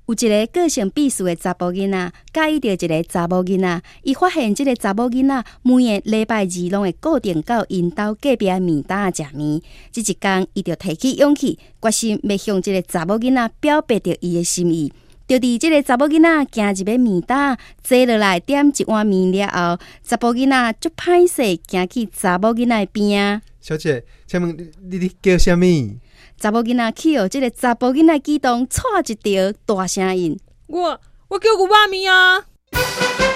有一个个性必须的查甫囡仔，介意着一个查某囡仔，伊发现即个查某囡仔每个礼拜二拢会固定到因兜隔壁的面搭食面。即一天，伊就提起勇气，决心要向即个查某囡仔表白着伊的心意。就伫即个查某囡仔行入个面搭，坐落来点一碗面了后，查甫囡仔足歹势行去查某囡仔的边啊。 小姐，请问你叫啥物？ 查某囡仔去互即个查甫囡仔激动，错一条大声应。 我叫牛肉面啊。